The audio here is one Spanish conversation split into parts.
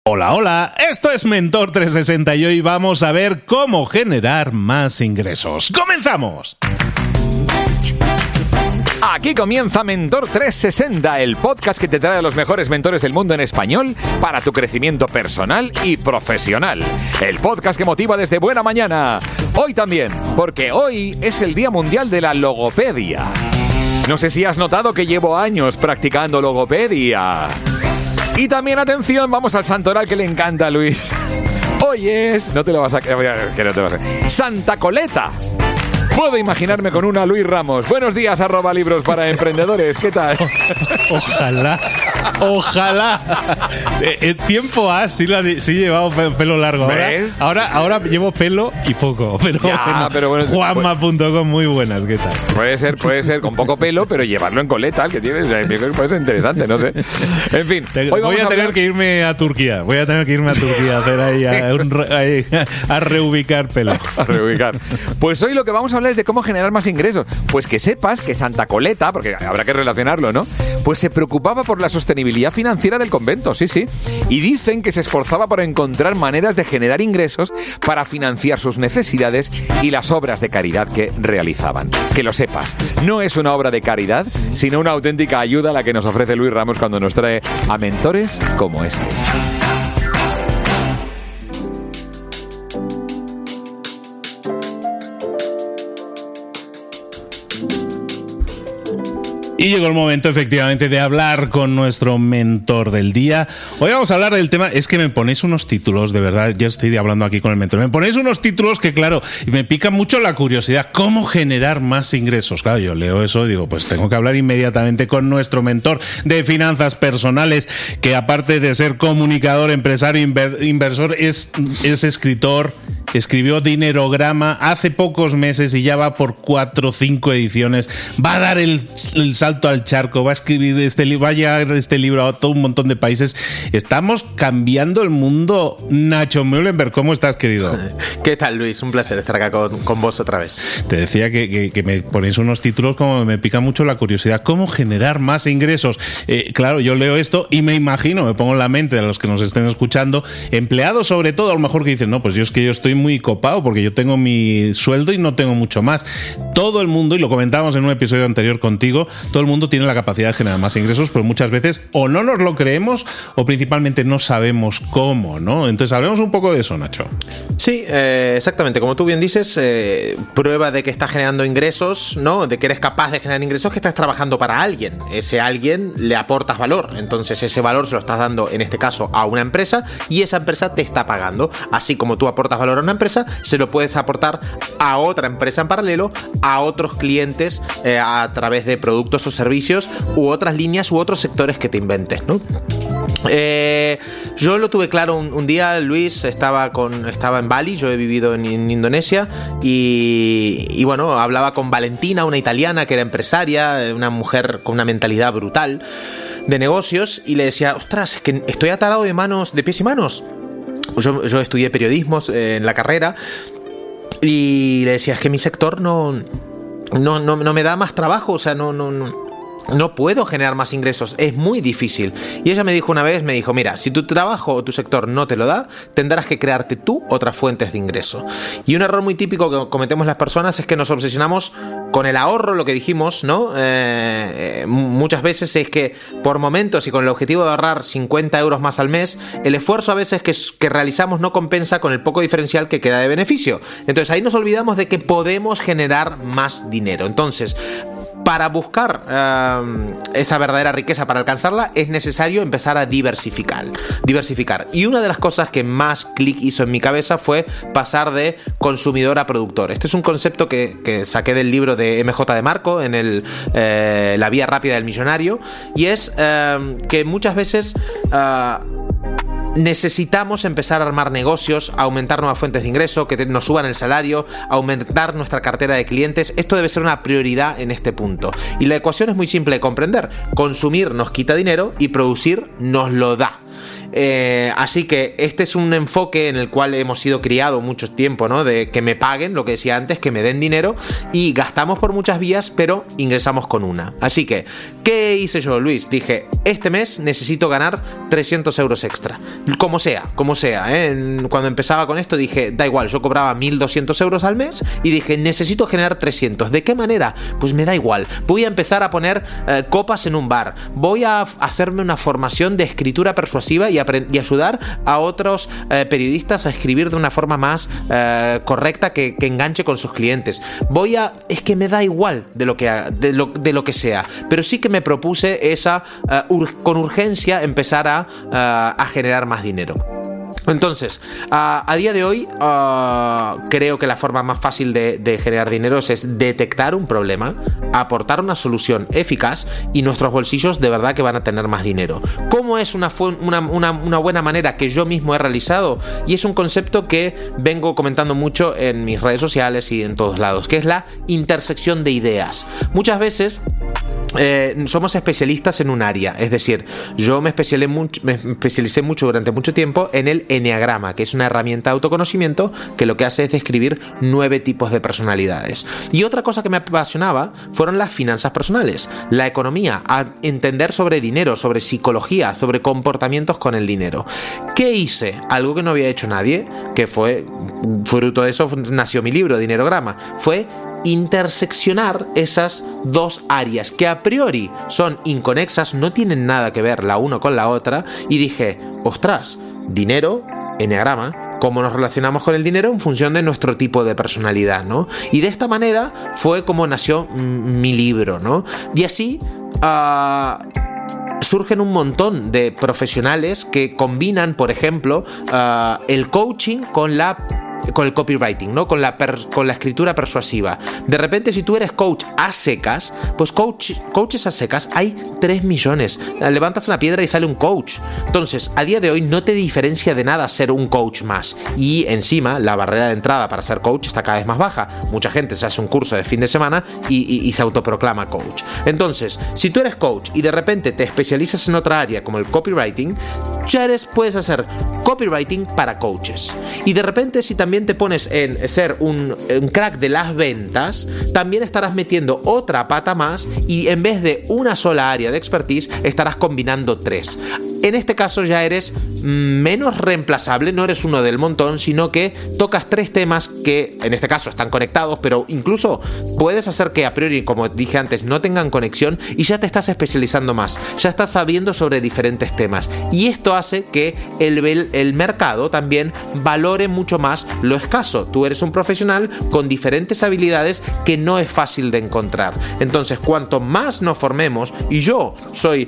Hola, hola, esto es Mentor 360 y hoy vamos a ver cómo generar más ingresos. ¡Comenzamos! Aquí comienza Mentor 360, el podcast que te trae a los mejores mentores del mundo en español para tu crecimiento personal y profesional. El podcast que motiva desde buena mañana. Hoy también, porque hoy es el Día Mundial de la Logopedia. No sé si has notado que llevo años practicando logopedia. Y también, atención, vamos al santoral que le encanta a Luis. Hoy es... No te lo vas a... Que no te vas a... Santa Coleta. Puedo imaginarme con una Luis Ramos. Buenos días, @libros para emprendedores. ¿Qué tal? Ojalá. Tiempo sí he llevado pelo largo. ¿Ves? Ahora llevo pelo y poco. Pero bueno, Juanma.com, muy buenas. ¿Qué tal? Puede ser con poco pelo, pero llevarlo en coleta, el que tienes. Puede ser interesante, no sé. En fin. Voy a tener que irme a Turquía. A hacer ahí, a reubicar pelo. A reubicar. Pues hoy lo que vamos a hablar es de cómo generar más ingresos. Pues que sepas que Santa Coleta, porque habrá que relacionarlo, ¿no? Pues se preocupaba por la sostenibilidad financiera del convento, sí. Y dicen que se esforzaba por encontrar maneras de generar ingresos para financiar sus necesidades y las obras de caridad que realizaban. Que lo sepas, no es una obra de caridad, sino una auténtica ayuda a la que nos ofrece Luis Ramos cuando nos trae a mentores como este. Y llegó el momento, efectivamente, de hablar con nuestro mentor del día. Hoy vamos a hablar del tema... Es que me ponéis unos títulos, de verdad, ya estoy hablando aquí con el mentor. Me ponéis unos títulos que, claro, me pica mucho la curiosidad. ¿Cómo generar más ingresos? Claro, yo leo eso y digo, pues tengo que hablar inmediatamente con nuestro mentor de finanzas personales, que aparte de ser comunicador, empresario, inversor, es escritor. Escribió Dinerograma hace pocos meses y ya va por 4 o 5 ediciones. Va a dar el salto al charco, va a escribir va a llegar este libro a todo un montón de países. Estamos cambiando el mundo. Nacho Mullenberg, ¿cómo estás, querido? ¿Qué tal, Luis? Un placer estar acá con vos otra vez. Te decía que me ponéis unos títulos como me pica mucho la curiosidad. ¿Cómo generar más ingresos? Claro, yo leo esto y me imagino, me pongo en la mente de los que nos estén escuchando, empleados sobre todo, a lo mejor que dicen, no, pues yo estoy muy copado porque yo tengo mi sueldo y no tengo mucho más. Todo el mundo, y lo comentábamos en un episodio anterior contigo, todo el mundo tiene la capacidad de generar más ingresos, pero muchas veces o no nos lo creemos o principalmente no sabemos cómo, ¿no? Entonces hablemos un poco de eso, Nacho. Sí, exactamente, como tú bien dices, prueba de que estás generando ingresos, ¿no? De que eres capaz de generar ingresos, que estás trabajando para alguien. Ese alguien le aportas valor, entonces ese valor se lo estás dando, en este caso, a una empresa, y esa empresa te está pagando. Así como tú aportas valor a una empresa, se lo puedes aportar a otra empresa en paralelo, a otros clientes, a través de productos o servicios u otras líneas u otros sectores que te inventes, ¿no? Yo lo tuve claro un día, Luis, estaba en Bali, yo he vivido en Indonesia y bueno, hablaba con Valentina, una italiana que era empresaria, una mujer con una mentalidad brutal de negocios, y le decía, ostras, es que estoy atarado de pies y manos. Yo estudié periodismo en la carrera y le decía, es que mi sector no me da más trabajo, o sea, no puedo generar más ingresos, es muy difícil. Y ella me dijo, mira, si tu trabajo o tu sector no te lo da, tendrás que crearte tú otras fuentes de ingreso. Y un error muy típico que cometemos las personas es que nos obsesionamos con el ahorro, lo que dijimos, ¿no? Muchas veces es que por momentos y con el objetivo de ahorrar 50 euros más al mes, el esfuerzo a veces que realizamos no compensa con el poco diferencial que queda de beneficio. Entonces ahí nos olvidamos de que podemos generar más dinero. Entonces, para buscar esa verdadera riqueza, para alcanzarla, es necesario empezar a diversificar. Y una de las cosas que más clic hizo en mi cabeza fue pasar de consumidor a productor. Este es un concepto que saqué del libro de MJ de Marco, en La Vía Rápida del Millonario, y es que muchas veces necesitamos empezar a armar negocios, a aumentar nuevas fuentes de ingreso, que nos suban el salario, aumentar nuestra cartera de clientes. Esto debe ser una prioridad en este punto. Y la ecuación es muy simple de comprender. Consumir nos quita dinero y producir nos lo da. Así que este es un enfoque en el cual hemos sido criados mucho tiempo, ¿no? De que me paguen, lo que decía antes, que me den dinero, y gastamos por muchas vías, pero ingresamos con una. Así que, ¿qué hice yo, Luis? Dije, este mes necesito ganar 300 euros extra. Como sea, Cuando empezaba con esto dije, da igual, yo cobraba 1.200 euros al mes y dije, necesito generar 300. ¿De qué manera? Pues me da igual. Voy a empezar a poner copas en un bar. Voy a hacerme una formación de escritura persuasiva y ayudar a otros periodistas a escribir de una forma más correcta que enganche con sus clientes. Es que me da igual de lo que sea, pero sí que me propuse con urgencia empezar a generar más dinero. Entonces, a día de hoy creo que la forma más fácil de generar dinero es detectar un problema, aportar una solución eficaz, y nuestros bolsillos de verdad que van a tener más dinero. ¿Cómo es una buena manera que yo mismo he realizado? Y es un concepto que vengo comentando mucho en mis redes sociales y en todos lados, que es la intersección de ideas. Muchas veces somos especialistas en un área, es decir, yo me especialicé mucho durante mucho tiempo en el Eneagrama, que es una herramienta de autoconocimiento que lo que hace es describir 9 tipos de personalidades. Y otra cosa que me apasionaba fueron las finanzas personales, la economía, a entender sobre dinero, sobre psicología, sobre comportamientos con el dinero. ¿Qué hice? Algo que no había hecho nadie, que fue fruto de eso nació mi libro Dinerograma, fue interseccionar esas dos áreas que a priori son inconexas, no tienen nada que ver la una con la otra, y dije, ostras, dinero, eneagrama, cómo nos relacionamos con el dinero en función de nuestro tipo de personalidad, ¿no? Y de esta manera fue como nació mi libro, ¿no? Y así surgen un montón de profesionales que combinan, por ejemplo, el coaching con el copywriting, ¿no? Con la escritura persuasiva. De repente, si tú eres coach a secas, pues coaches a secas hay 3 millones. Levantas una piedra y sale un coach. Entonces, a día de hoy no te diferencia de nada ser un coach más. Y encima, la barrera de entrada para ser coach está cada vez más baja. Mucha gente se hace un curso de fin de semana y se autoproclama coach. Entonces, si tú eres coach y de repente te especializas en otra área como el copywriting, puedes hacer copywriting para coaches. Y de repente, si también te pones en ser un crack de las ventas, también estarás metiendo otra pata más, y en vez de una sola área de expertise estarás combinando 3. En este caso ya eres menos reemplazable, no eres uno del montón, sino que tocas 3 temas que en este caso están conectados, pero incluso puedes hacer que a priori, como dije antes, no tengan conexión, y ya te estás especializando más, ya estás sabiendo sobre diferentes temas, y esto hace que el mercado también valore mucho más lo escaso. Tú eres un profesional con diferentes habilidades que no es fácil de encontrar. Entonces, cuanto más nos formemos, y yo soy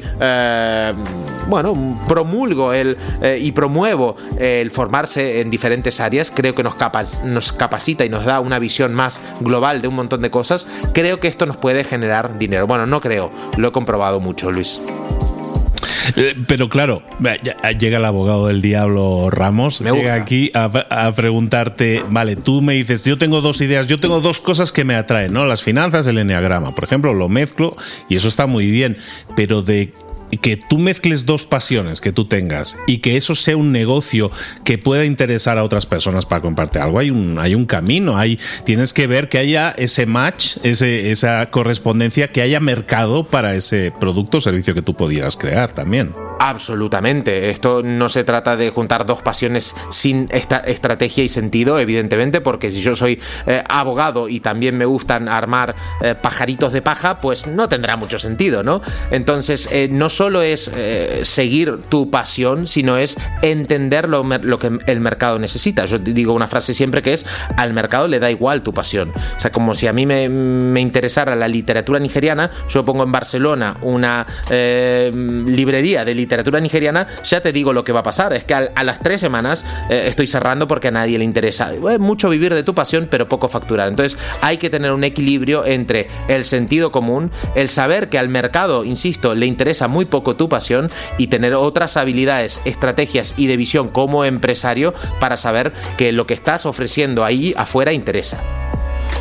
promulgo y promuevo el formarse en diferentes áreas, creo que nos capacita y nos da una visión más global de un montón de cosas. Creo que esto nos puede generar dinero. Bueno, no creo, lo he comprobado mucho, Luis. Pero claro, llega el abogado del diablo Ramos, llega aquí a preguntarte, vale, tú me dices, yo tengo 2 ideas, yo tengo 2 cosas que me atraen, ¿no? Las finanzas, el eneagrama, por ejemplo, lo mezclo y eso está muy bien, pero de que tú mezcles 2 pasiones que tú tengas y que eso sea un negocio que pueda interesar a otras personas para comprarte algo, hay un camino, tienes que ver que haya ese match, esa correspondencia, que haya mercado para ese producto o servicio que tú pudieras crear también. Absolutamente. Esto no se trata de juntar 2 pasiones sin esta estrategia y sentido, evidentemente, porque si yo soy abogado y también me gustan armar pajaritos de paja, pues no tendrá mucho sentido, ¿no? Entonces, no solo es seguir tu pasión, sino es entender lo que el mercado necesita. Yo digo una frase siempre que es, al mercado le da igual tu pasión. O sea, como si a mí me interesara la literatura nigeriana, yo pongo en Barcelona una librería de literatura nigeriana, ya te digo lo que va a pasar, es que a las 3 semanas estoy cerrando porque a nadie le interesa. Mucho vivir de tu pasión, pero poco facturar. Entonces hay que tener un equilibrio entre el sentido común, el saber que al mercado, insisto, le interesa muy poco tu pasión, y tener otras habilidades, estrategias y de visión como empresario para saber que lo que estás ofreciendo ahí afuera interesa.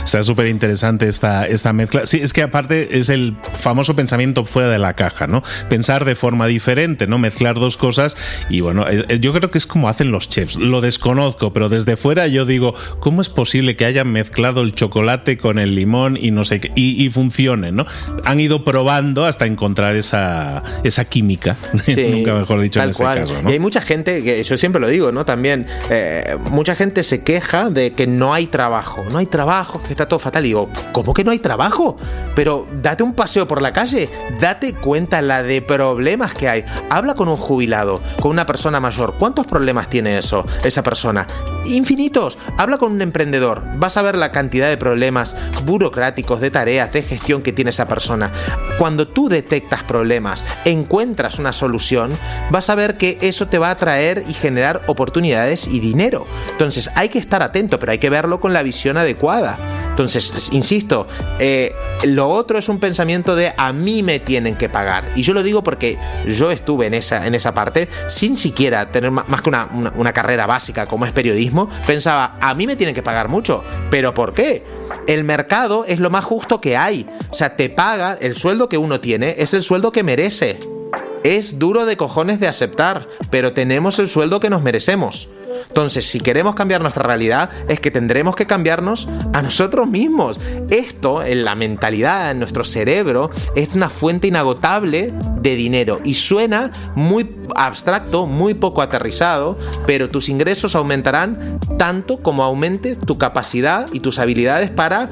Está súper interesante esta mezcla. Sí, es que aparte es el famoso pensamiento fuera de la caja, ¿no? Pensar de forma diferente, ¿no? Mezclar dos cosas y bueno, yo creo que es como hacen los chefs. Lo desconozco, pero desde fuera yo digo, ¿cómo es posible que hayan mezclado el chocolate con el limón y no sé qué, y funcione, ¿no? Han ido probando hasta encontrar esa química, sí, nunca mejor dicho en ese caso, ¿no? Y hay mucha gente, que yo siempre lo digo, ¿no? También, mucha gente se queja de que no hay trabajo, que está todo fatal. Y digo, ¿cómo que no hay trabajo? Pero date un paseo por la calle, date cuenta la de problemas que hay. Habla con un jubilado, con una persona mayor. ¿Cuántos problemas tiene esa persona? Infinitos. Habla con un emprendedor, vas a ver la cantidad de problemas burocráticos, de tareas, de gestión que tiene esa persona. Cuando tú detectas problemas, encuentras una solución, vas a ver que eso te va a traer y generar oportunidades y dinero. Entonces hay que estar atento, pero hay que verlo con la visión adecuada. Entonces, insisto, lo otro es un pensamiento de a mí me tienen que pagar. Y yo lo digo porque yo estuve en esa parte sin siquiera tener más que una carrera básica como es periodismo. Pensaba, a mí me tienen que pagar mucho. ¿Pero por qué? El mercado es lo más justo que hay. O sea, te paga, el sueldo que uno tiene es el sueldo que merece. Es duro de cojones de aceptar, pero tenemos el sueldo que nos merecemos. Entonces, si queremos cambiar nuestra realidad, es que tendremos que cambiarnos a nosotros mismos. Esto, en la mentalidad, en nuestro cerebro, es una fuente inagotable de dinero. Y suena muy abstracto, muy poco aterrizado, pero tus ingresos aumentarán tanto como aumente tu capacidad y tus habilidades para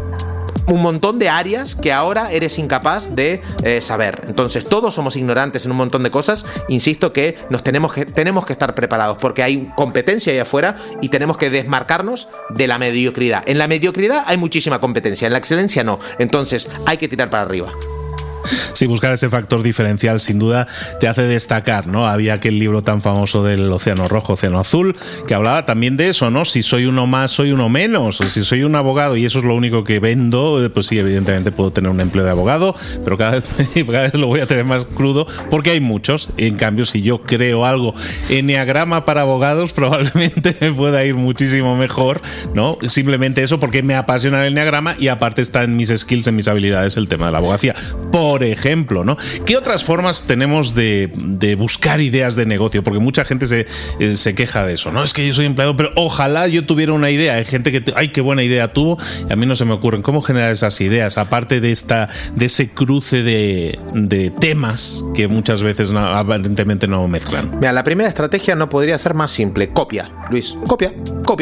un montón de áreas que ahora eres incapaz de saber. Entonces todos somos ignorantes en un montón de cosas. Insisto que tenemos que estar preparados porque hay competencia ahí afuera y tenemos que desmarcarnos de la mediocridad. En la mediocridad hay muchísima competencia, en la excelencia no. Entonces hay que tirar para arriba. Sí, buscar ese factor diferencial sin duda te hace destacar, ¿no? Había aquel libro tan famoso del Océano Rojo, Océano Azul, que hablaba también de eso, ¿no? Si soy uno más, soy uno menos. Si soy un abogado y eso es lo único que vendo, pues sí, evidentemente puedo tener un empleo de abogado, pero cada vez lo voy a tener más crudo porque hay muchos. En cambio, si yo creo algo enneagrama para abogados, probablemente me pueda ir muchísimo mejor, ¿no? Simplemente eso porque me apasiona el enneagrama y aparte está en mis skills, en mis habilidades, el tema de la abogacía. Por ejemplo, ¿no? ¿Qué otras formas tenemos de buscar ideas de negocio? Porque mucha gente se queja de eso, ¿no? Es que yo soy empleado, pero ojalá yo tuviera una idea. Hay gente que, ¡ay, qué buena idea tuvo! Y a mí no se me ocurren. ¿Cómo generar esas ideas? Aparte de ese cruce de temas que muchas veces aparentemente no mezclan. Mira, la primera estrategia no podría ser más simple. Copia, Luis. Copia.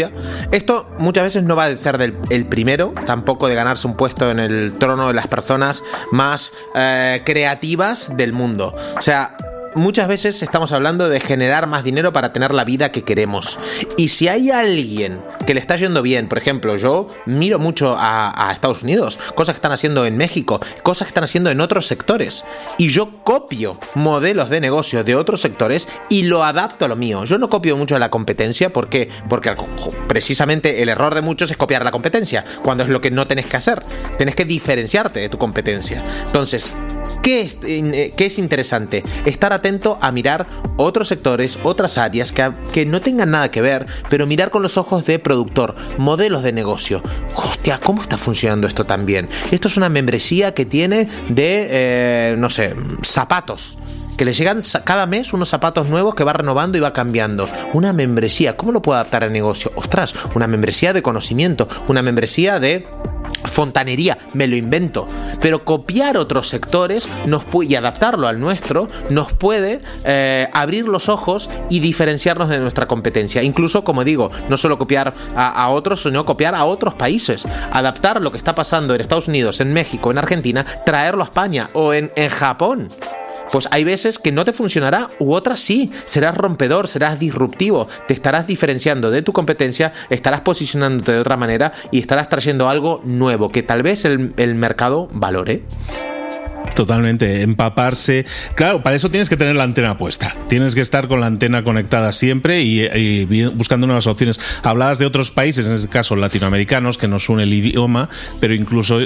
Esto muchas veces no va a ser el primero, tampoco de ganarse un puesto en el trono de las personas más creativas del mundo. O sea, muchas veces estamos hablando de generar más dinero para tener la vida que queremos. Y si hay alguien que le está yendo bien, por ejemplo, yo miro mucho a Estados Unidos, cosas que están haciendo en México, cosas que están haciendo en otros sectores, y yo copio modelos de negocio de otros sectores y lo adapto a lo mío. Yo no copio mucho de la competencia, ¿por qué? Porque precisamente el error de muchos es copiar la competencia, cuando es lo que no tenés que hacer. Tenés que diferenciarte de tu competencia. Entonces, ¿qué es interesante? Estar atento a mirar otros sectores, otras áreas que no tengan nada que ver, pero mirar con los ojos de productor, modelos de negocio. Hostia, ¿cómo está funcionando esto tan bien? Esto es una membresía que tiene de, no sé, zapatos. Que le llegan cada mes unos zapatos nuevos que va renovando y va cambiando. Una membresía, ¿cómo lo puedo adaptar al negocio? Ostras, una membresía de conocimiento, una membresía de fontanería, me lo invento. Pero copiar otros sectores y adaptarlo al nuestro nos puede abrir los ojos y diferenciarnos de nuestra competencia. Incluso, como digo, no solo copiar a otros, sino copiar a otros países. Adaptar lo que está pasando en Estados Unidos, en México, en Argentina, traerlo a España o en Japón. Pues hay veces que no te funcionará u otras sí. Serás rompedor, serás disruptivo, te estarás diferenciando de tu competencia, estarás posicionándote de otra manera y estarás trayendo algo nuevo que tal vez el mercado valore. Totalmente, empaparse. Claro, para eso tienes que tener la antena puesta. Tienes que estar con la antena conectada siempre y buscando nuevas opciones. Hablabas de otros países, en este caso latinoamericanos, que nos une el idioma, pero incluso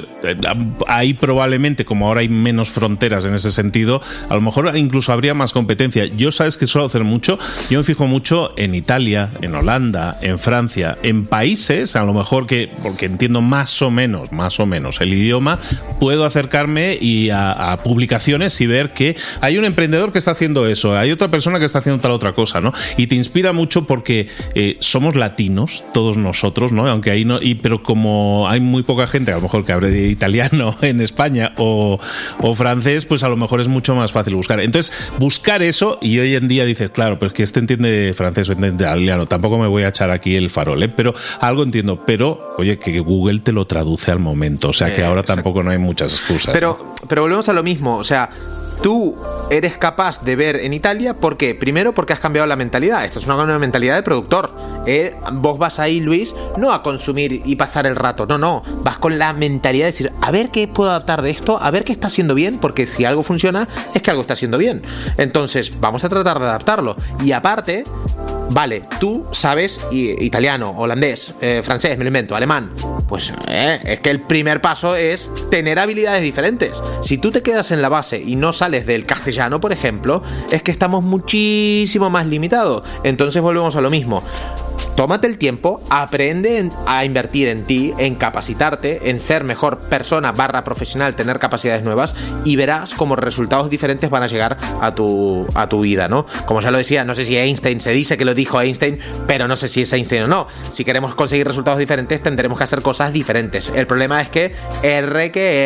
ahí probablemente, como ahora hay menos fronteras en ese sentido, a lo mejor incluso habría más competencia. Yo sabes que suelo hacer mucho, yo me fijo mucho en Italia, en Holanda, en Francia, en países, a lo mejor que, porque entiendo más o menos el idioma, puedo acercarme y a publicaciones y ver que hay un emprendedor que está haciendo eso, hay otra persona que está haciendo tal otra cosa, ¿no? Y te inspira mucho porque somos latinos, todos nosotros, ¿no? Aunque ahí no, pero como hay muy poca gente, a lo mejor que hable de italiano en España o francés, pues a lo mejor es mucho más fácil buscar. Entonces, buscar eso, y hoy en día dices, claro, pues que este entiende francés o entiende italiano, tampoco me voy a echar aquí el farol, pero algo entiendo, pero oye, que Google te lo traduce al momento, o sea que ahora exacto. tampoco no hay muchas excusas. Pero volvemos a lo mismo, o sea, tú eres capaz de ver en Italia, ¿por qué? Primero porque has cambiado la mentalidad. Esta es una mentalidad de productor. Vos vas ahí, Luis, no a consumir y pasar el rato, no. Vas con la mentalidad de decir, a ver qué puedo adaptar de esto, a ver qué está haciendo bien, porque si algo funciona, es que algo está haciendo bien. Entonces, vamos a tratar de adaptarlo. Y aparte, vale, tú sabes italiano, holandés, francés, me lo invento, alemán. Pues es que el primer paso es tener habilidades diferentes. Si tú te quedas en la base y no sales del castellano, por ejemplo, es que estamos muchísimo más limitados. Entonces volvemos a lo mismo. Tómate el tiempo, aprende a invertir en ti, en capacitarte, en ser mejor persona / profesional, tener capacidades nuevas, y verás cómo resultados diferentes van a llegar a tu vida, ¿no? Como ya lo decía, no sé si Einstein, se dice que lo dijo Einstein, pero no sé si es Einstein o no. Si queremos conseguir resultados diferentes, tendremos que hacer cosas diferentes. El problema es que R que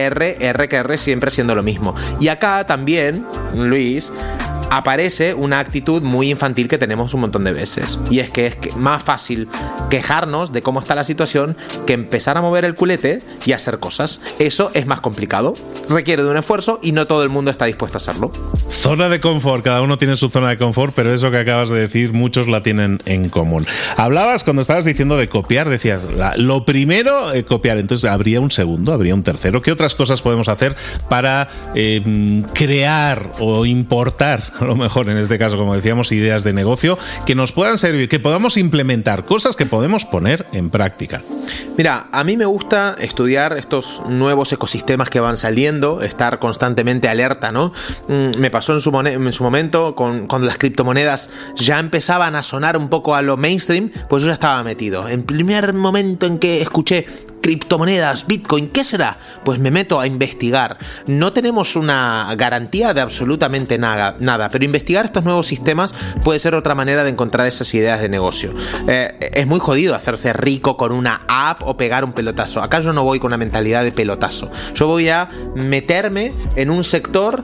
R siempre siendo lo mismo. Y acá también, Luis, aparece una actitud muy infantil que tenemos un montón de veces, y es que más fácil quejarnos de cómo está la situación que empezar a mover el culete y hacer cosas. Eso es más complicado, requiere de un esfuerzo y no todo el mundo está dispuesto a hacerlo. Zona de confort, cada uno tiene su zona de confort, pero eso que acabas de decir muchos la tienen en común. Hablabas, cuando estabas diciendo de copiar, decías lo primero, copiar. Entonces habría un segundo, habría un tercero. ¿Qué otras cosas podemos hacer para crear o importar, a lo mejor en este caso, como decíamos, ideas de negocio que nos puedan servir, que podamos implementar, cosas que podemos poner en práctica? Mira, a mí me gusta estudiar estos nuevos ecosistemas que van saliendo, estar constantemente alerta, ¿no? Me pasó en su momento cuando las criptomonedas ya empezaban a sonar un poco a lo mainstream, pues yo ya estaba metido. En primer momento en que escuché criptomonedas, Bitcoin, ¿qué será? Pues me meto a investigar. No tenemos una garantía de absolutamente nada, pero investigar estos nuevos sistemas puede ser otra manera de encontrar esas ideas de negocio. Es muy jodido hacerse rico con una app o pegar un pelotazo. Acá yo no voy con una mentalidad de pelotazo. Yo voy a meterme en un sector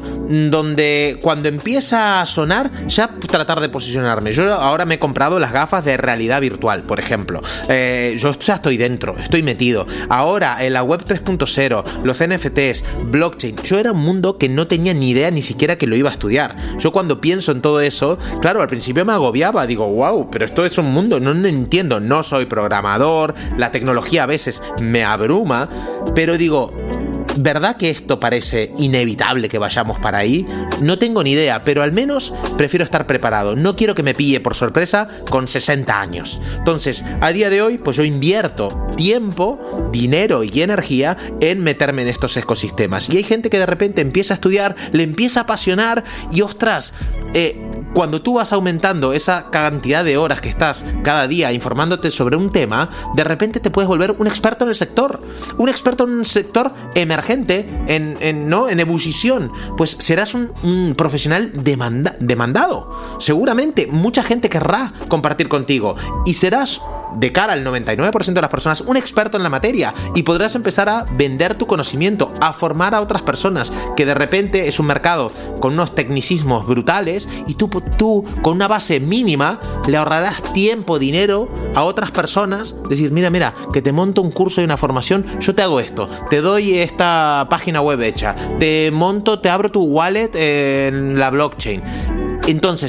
donde cuando empieza a sonar, ya tratar de posicionarme. Yo ahora me he comprado las gafas de realidad virtual, por ejemplo. Yo ya estoy dentro, estoy metido. Ahora, en la web 3.0, los NFTs, blockchain, yo era un mundo que no tenía ni idea ni siquiera que lo iba a estudiar. Yo cuando pienso en todo eso, claro, al principio me agobiaba, digo, wow, pero esto es un mundo, no entiendo, no soy programador, la tecnología a veces me abruma, pero digo, ¿verdad que esto parece inevitable que vayamos para ahí? No tengo ni idea, pero al menos prefiero estar preparado. No quiero que me pille por sorpresa con 60 años. Entonces, a día de hoy, pues yo invierto tiempo, dinero y energía en meterme en estos ecosistemas. Y hay gente que de repente empieza a estudiar, le empieza a apasionar y ostras, cuando tú vas aumentando esa cantidad de horas que estás cada día informándote sobre un tema, de repente te puedes volver un experto en el sector. Un experto en un sector emergente, en ebullición. Pues serás un profesional demandado. Seguramente mucha gente querrá compartir contigo y serás, de cara al 99% de las personas, un experto en la materia, y podrás empezar a vender tu conocimiento, a formar a otras personas, que de repente es un mercado con unos tecnicismos brutales y tú con una base mínima le ahorrarás tiempo, dinero a otras personas. Decir, mira, que te monto un curso y una formación, yo te hago esto, te doy esta página web hecha, te abro tu wallet en la blockchain. Entonces,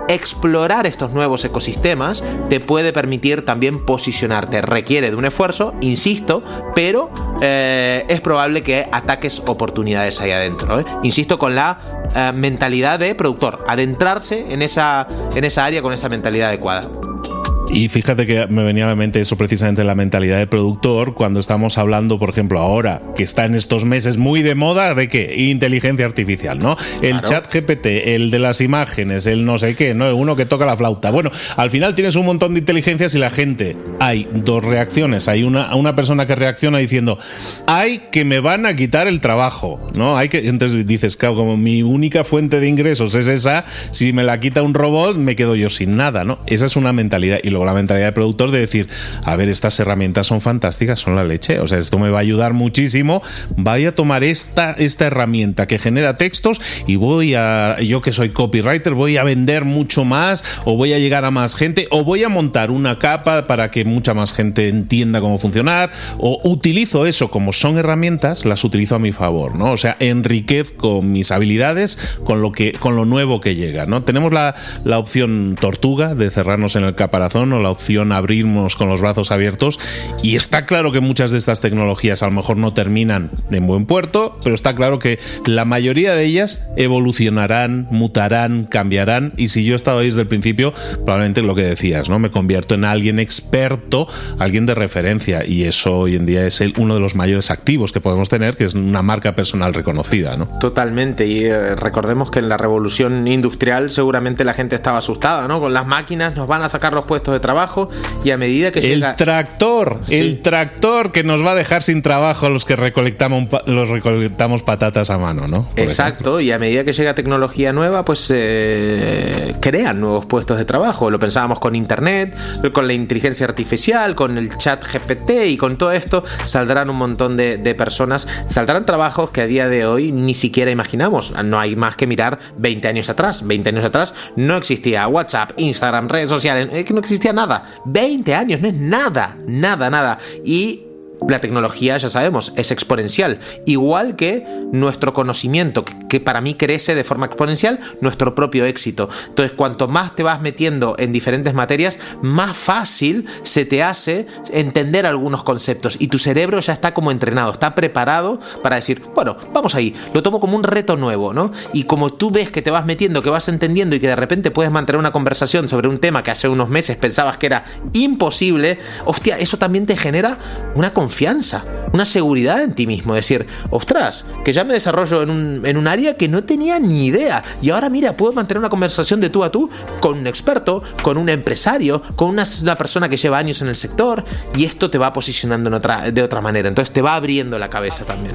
explorar estos nuevos ecosistemas te puede permitir también posicionarte. Requiere de un esfuerzo, insisto, pero es probable que ataques oportunidades ahí adentro. Insisto, con la mentalidad de productor, adentrarse en esa área con esa mentalidad adecuada. Y fíjate que me venía a la mente eso, precisamente la mentalidad de productor, cuando estamos hablando, por ejemplo, ahora que está en estos meses muy de moda, ¿de qué? Inteligencia artificial, ¿no? El chat GPT, el de las imágenes, el no sé qué, ¿no? Uno que toca la flauta. Bueno, al final tienes un montón de inteligencias y la gente, hay dos reacciones. Hay una persona que reacciona diciendo, ¡ay, que me van a quitar el trabajo! ¿No? Entonces dices, claro, como mi única fuente de ingresos es esa, si me la quita un robot, me quedo yo sin nada, ¿no? Esa es una mentalidad. Y luego la mentalidad de productor de decir, a ver, estas herramientas son fantásticas, son la leche, o sea, esto me va a ayudar muchísimo, voy a tomar esta herramienta que genera textos y yo que soy copywriter, voy a vender mucho más, o voy a llegar a más gente, o voy a montar una capa para que mucha más gente entienda cómo funcionar, o utilizo eso, como son herramientas, las utilizo a mi favor, ¿no? O sea, enriquezco mis habilidades con lo nuevo que llega, ¿no? Tenemos la opción tortuga de cerrarnos en el caparazón, o la opción abrirnos con los brazos abiertos, y está claro que muchas de estas tecnologías a lo mejor no terminan en buen puerto, pero está claro que la mayoría de ellas evolucionarán, mutarán, cambiarán, y si yo he estado ahí desde el principio, probablemente lo que decías, ¿no? Me convierto en alguien experto, alguien de referencia, y eso hoy en día es uno de los mayores activos que podemos tener, que es una marca personal reconocida, ¿no? Totalmente, y recordemos que en la revolución industrial seguramente la gente estaba asustada, ¿no? Con las máquinas nos van a sacar los puestos de trabajo, y a medida que llega... El tractor que nos va a dejar sin trabajo a los que recolectamos patatas a mano, ¿no? Exacto, y a medida que llega tecnología nueva, pues crean nuevos puestos de trabajo. Lo pensábamos con internet, con la inteligencia artificial, con el chat GPT, y con todo esto saldrán un montón de personas, saldrán trabajos que a día de hoy ni siquiera imaginamos. No hay más que mirar 20 años atrás. 20 años atrás no existía WhatsApp, Instagram, redes sociales, es que no existía nada. 20 años, no es nada. Y la tecnología, ya sabemos, es exponencial. Igual que nuestro conocimiento, que para mí crece de forma exponencial, nuestro propio éxito. Entonces, cuanto más te vas metiendo en diferentes materias, más fácil se te hace entender algunos conceptos. Y tu cerebro ya está como entrenado, está preparado para decir, bueno, vamos ahí, lo tomo como un reto nuevo, ¿no? Y como tú ves que te vas metiendo, que vas entendiendo y que de repente puedes mantener una conversación sobre un tema que hace unos meses pensabas que era imposible, hostia, eso también te genera una confianza, una seguridad en ti mismo. Decir, ostras, que ya me desarrollo en un área que no tenía ni idea, y ahora mira, puedo mantener una conversación de tú a tú con un experto, con un empresario, con una persona que lleva años en el sector, y esto te va posicionando de otra manera. Entonces te va abriendo la cabeza también.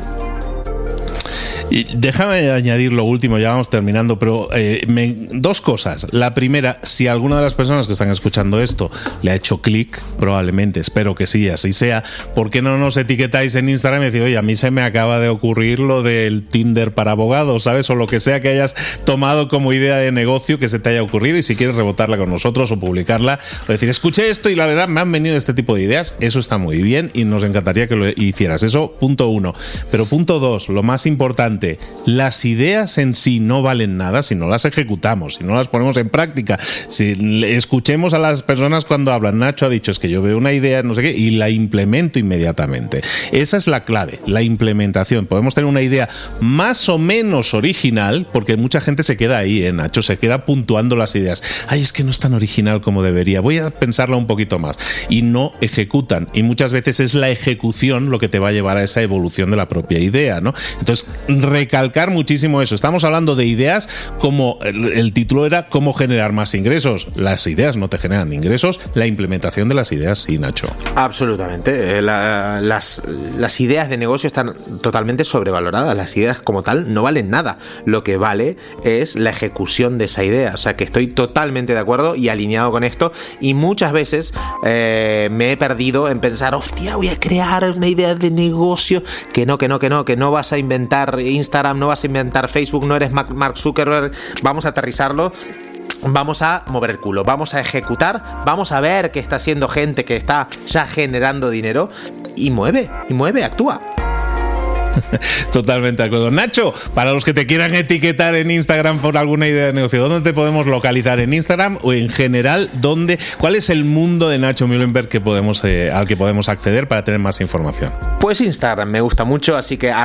Y déjame añadir lo último, ya vamos terminando, pero dos cosas. La primera, si alguna de las personas que están escuchando esto le ha hecho clic, probablemente, espero que sí, así sea, ¿por qué no nos etiquetáis en Instagram y decir, oye, a mí se me acaba de ocurrir lo del Tinder para abogados, ¿sabes? O lo que sea que hayas tomado como idea de negocio que se te haya ocurrido, y si quieres rebotarla con nosotros o publicarla, o decir, escuché esto y la verdad me han venido este tipo de ideas, eso está muy bien y nos encantaría que lo hicieras. Eso, punto 1. Pero punto 2, lo más importante, las ideas en sí no valen nada si no las ejecutamos, si no las ponemos en práctica. Si escuchemos a las personas cuando hablan. Nacho ha dicho, es que yo veo una idea, no sé qué, y la implemento inmediatamente. Esa es la clave, la implementación. Podemos tener una idea más o menos original, porque mucha gente se queda ahí, Nacho, se queda puntuando las ideas. Ay, es que no es tan original como debería, voy a pensarla un poquito más. Y no ejecutan. Y muchas veces es la ejecución lo que te va a llevar a esa evolución de la propia idea, ¿no? Entonces, recalcar muchísimo eso. Estamos hablando de ideas, como el título era cómo generar más ingresos. Las ideas no te generan ingresos, la implementación de las ideas sí, Nacho. Absolutamente. Las ideas de negocio están totalmente sobrevaloradas. Las ideas como tal no valen nada. Lo que vale es la ejecución de esa idea. O sea que estoy totalmente de acuerdo y alineado con esto, y muchas veces me he perdido en pensar, hostia, voy a crear una idea de negocio, que no vas a inventar Instagram, no vas a inventar Facebook, no eres Mark Zuckerberg. Vamos a aterrizarlo, vamos a mover el culo, vamos a ejecutar, vamos a ver qué está haciendo gente que está ya generando dinero, y mueve, actúa. Totalmente de acuerdo. Nacho, para los que te quieran etiquetar en Instagram por alguna idea de negocio, ¿dónde te podemos localizar en Instagram o en general? ¿Cuál es el mundo de Nacho Mullenberg al que podemos acceder para tener más información? Pues Instagram me gusta mucho, así que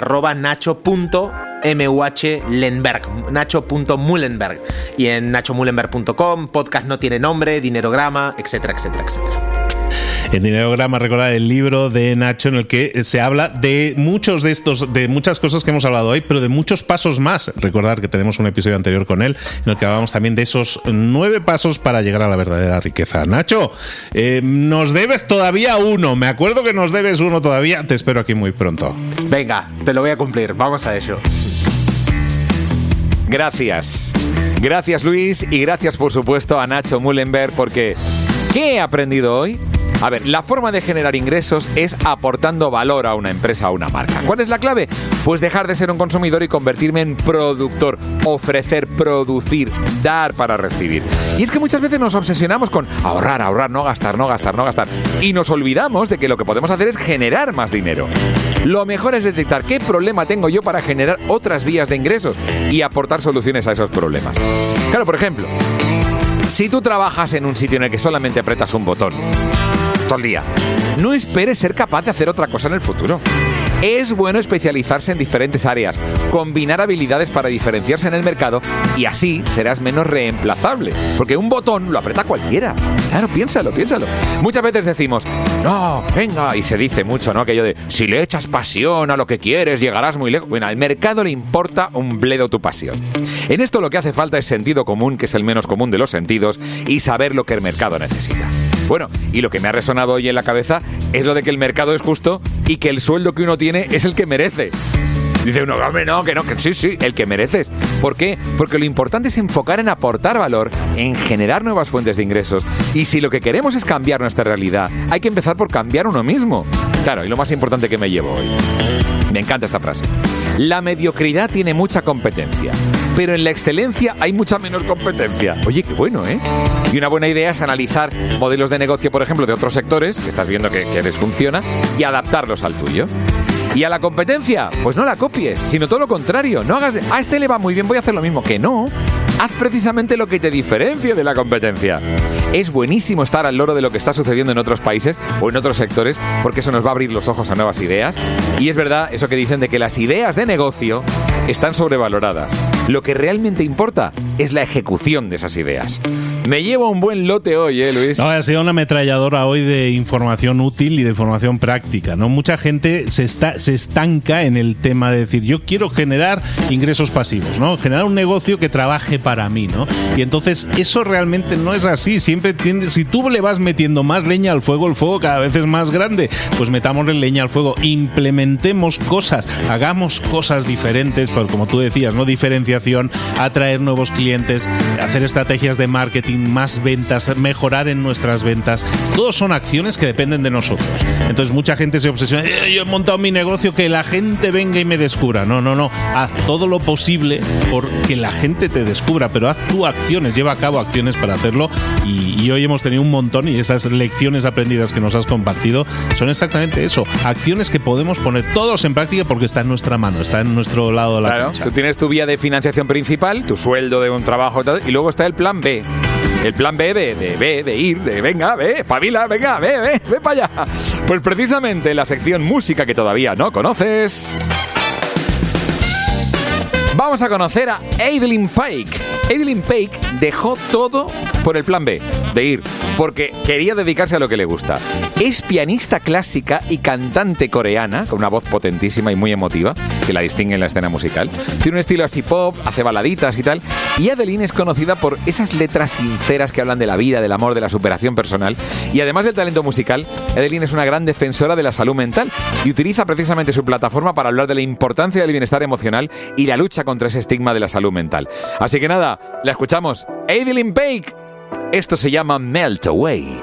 @nacho.mullenberg, y en nachomullenberg.com, podcast No Tiene Nombre, Dinerograma, etcétera, etcétera, etcétera. En Dinerograma, recordad el libro de Nacho en el que se habla de muchas cosas que hemos hablado hoy, pero de muchos pasos más. Recordad que tenemos un episodio anterior con él en el que hablamos también de esos 9 pasos para llegar a la verdadera riqueza. Nacho, nos debes todavía uno. Me acuerdo que nos debes uno todavía. Te espero aquí muy pronto. Venga, te lo voy a cumplir. Vamos a ello. Gracias. Gracias, Luis, y gracias, por supuesto, a Nacho Mullenberg, porque ¿qué he aprendido hoy? A ver, la forma de generar ingresos es aportando valor a una empresa o una marca. ¿Cuál es la clave? Pues dejar de ser un consumidor y convertirme en productor, ofrecer, producir, dar para recibir. Y es que muchas veces nos obsesionamos con ahorrar, no gastar. Y nos olvidamos de que lo que podemos hacer es generar más dinero. Lo mejor es detectar qué problema tengo yo para generar otras vías de ingresos y aportar soluciones a esos problemas. Claro, por ejemplo, si tú trabajas en un sitio en el que solamente apretas un botón todo el día, no esperes ser capaz de hacer otra cosa en el futuro. Es bueno especializarse en diferentes áreas, combinar habilidades para diferenciarse en el mercado y así serás menos reemplazable. Porque un botón lo aprieta cualquiera. Claro, piénsalo. Muchas veces decimos, no, venga, y se dice mucho, ¿no? Aquello de, si le echas pasión a lo que quieres, llegarás muy lejos. Bueno, al mercado le importa un bledo tu pasión. En esto lo que hace falta es sentido común, que es el menos común de los sentidos, y saber lo que el mercado necesita. Bueno, y lo que me ha resonado hoy en la cabeza es lo de que el mercado es justo y que el sueldo que uno tiene es el que merece. Dice uno, hombre, que sí, el que mereces. ¿Por qué? Porque lo importante es enfocar en aportar valor, en generar nuevas fuentes de ingresos. Y si lo que queremos es cambiar nuestra realidad, hay que empezar por cambiar uno mismo. Claro, y lo más importante que me llevo hoy. Me encanta esta frase. La mediocridad tiene mucha competencia, pero en la excelencia hay mucha menos competencia. Oye, qué bueno, ¿eh? Y una buena idea es analizar modelos de negocio, por ejemplo, de otros sectores, que estás viendo que les funciona, y adaptarlos al tuyo. Y a la competencia, pues no la copies, sino todo lo contrario. No hagas, a este le va muy bien, voy a hacer lo mismo. Que no. Haz precisamente lo que te diferencie de la competencia. Es buenísimo estar al loro de lo que está sucediendo en otros países o en otros sectores, porque eso nos va a abrir los ojos a nuevas ideas. Y es verdad eso que dicen de que las ideas de negocio están sobrevaloradas. Lo que realmente importa es la ejecución de esas ideas. Me llevo un buen lote hoy, Luis. No, ha sido una ametralladora hoy de información útil y de información práctica, ¿no? Mucha gente se estanca en el tema de decir, yo quiero generar ingresos pasivos, ¿no? Generar un negocio que trabaje para mí, ¿no? Y entonces eso realmente no es así. Siempre si tú le vas metiendo más leña al fuego, el fuego cada vez es más grande. Pues metámosle leña al fuego, implementemos cosas, hagamos cosas diferentes, pero como tú decías, ¿no? Diferenciación, atraer nuevos clientes, hacer estrategias de marketing, más ventas, mejorar en nuestras ventas. Todos son acciones que dependen de nosotros. Entonces mucha gente se obsesiona, yo he montado mi negocio, que la gente venga y me descubra. No. Haz todo lo posible por que la gente te descubra, pero haz tú acciones, lleva a cabo acciones para hacerlo. Y hoy hemos tenido un montón, y esas lecciones aprendidas que nos has compartido son exactamente eso, acciones que podemos poner todos en práctica porque está en nuestra mano, está en nuestro lado de la cancha. Tú tienes tu vía de financiación principal, tu sueldo de un trabajo y luego está el plan B. El plan B de ir, venga, ve, espabila, venga, ve para allá. Pues precisamente la sección música que todavía no conoces, vamos a conocer a Adeline Paik. Adeline Paik dejó todo por el plan B, de ir, porque quería dedicarse a lo que le gusta. Es pianista clásica y cantante coreana, con una voz potentísima y muy emotiva, que la distingue en la escena musical. Tiene un estilo así pop, hace baladitas y tal. Y Adeline es conocida por esas letras sinceras que hablan de la vida, del amor, de la superación personal. Y además del talento musical, Adeline es una gran defensora de la salud mental y utiliza precisamente su plataforma para hablar de la importancia del bienestar emocional y la lucha contra ese estigma de la salud mental. Así que nada, la escuchamos. Adeline Paik. Esto se llama Melt Away.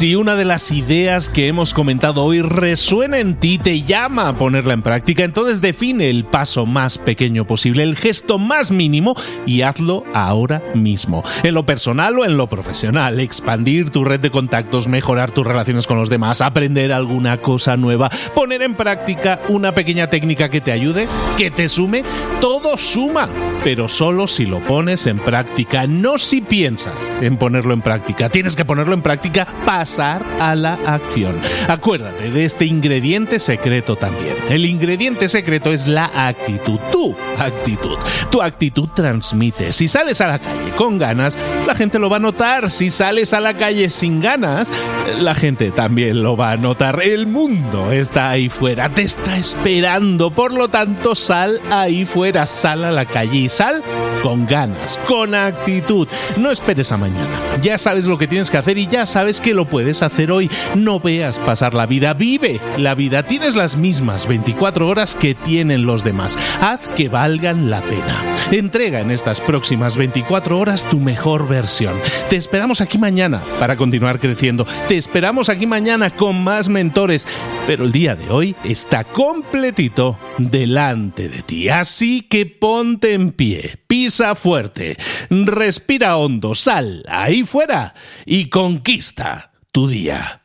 Si una de las ideas que hemos comentado hoy resuena en ti, te llama a ponerla en práctica, entonces define el paso más pequeño posible, el gesto más mínimo y hazlo ahora mismo. En lo personal o en lo profesional, expandir tu red de contactos, mejorar tus relaciones con los demás, aprender alguna cosa nueva, poner en práctica una pequeña técnica que te ayude, que te sume, todo suma, pero solo si lo pones en práctica, no si piensas en ponerlo en práctica. Tienes que ponerlo en práctica, pasar a la acción. Acuérdate de este ingrediente secreto también. El ingrediente secreto es la actitud, tu actitud. Tu actitud transmite. Si sales a la calle con ganas, la gente lo va a notar. Si sales a la calle sin ganas, la gente también lo va a notar. El mundo está ahí fuera, te está esperando. Por lo tanto, sal ahí fuera, sal a la calle y sal con ganas, con actitud. No esperes a mañana. Ya sabes lo que tienes que hacer y ya sabes que lo puedes hacer hoy. No veas pasar la vida, vive la vida. Tienes las mismas 24 horas que tienen los demás. Haz que valgan la pena. Entrega en estas próximas 24 horas tu mejor versión. Te esperamos aquí mañana para continuar creciendo. Te esperamos aquí mañana con más mentores. Pero el día de hoy está completito delante de ti. Así que ponte en pie, pisa fuerte, respira hondo, sal ahí fuera y conquista tu día.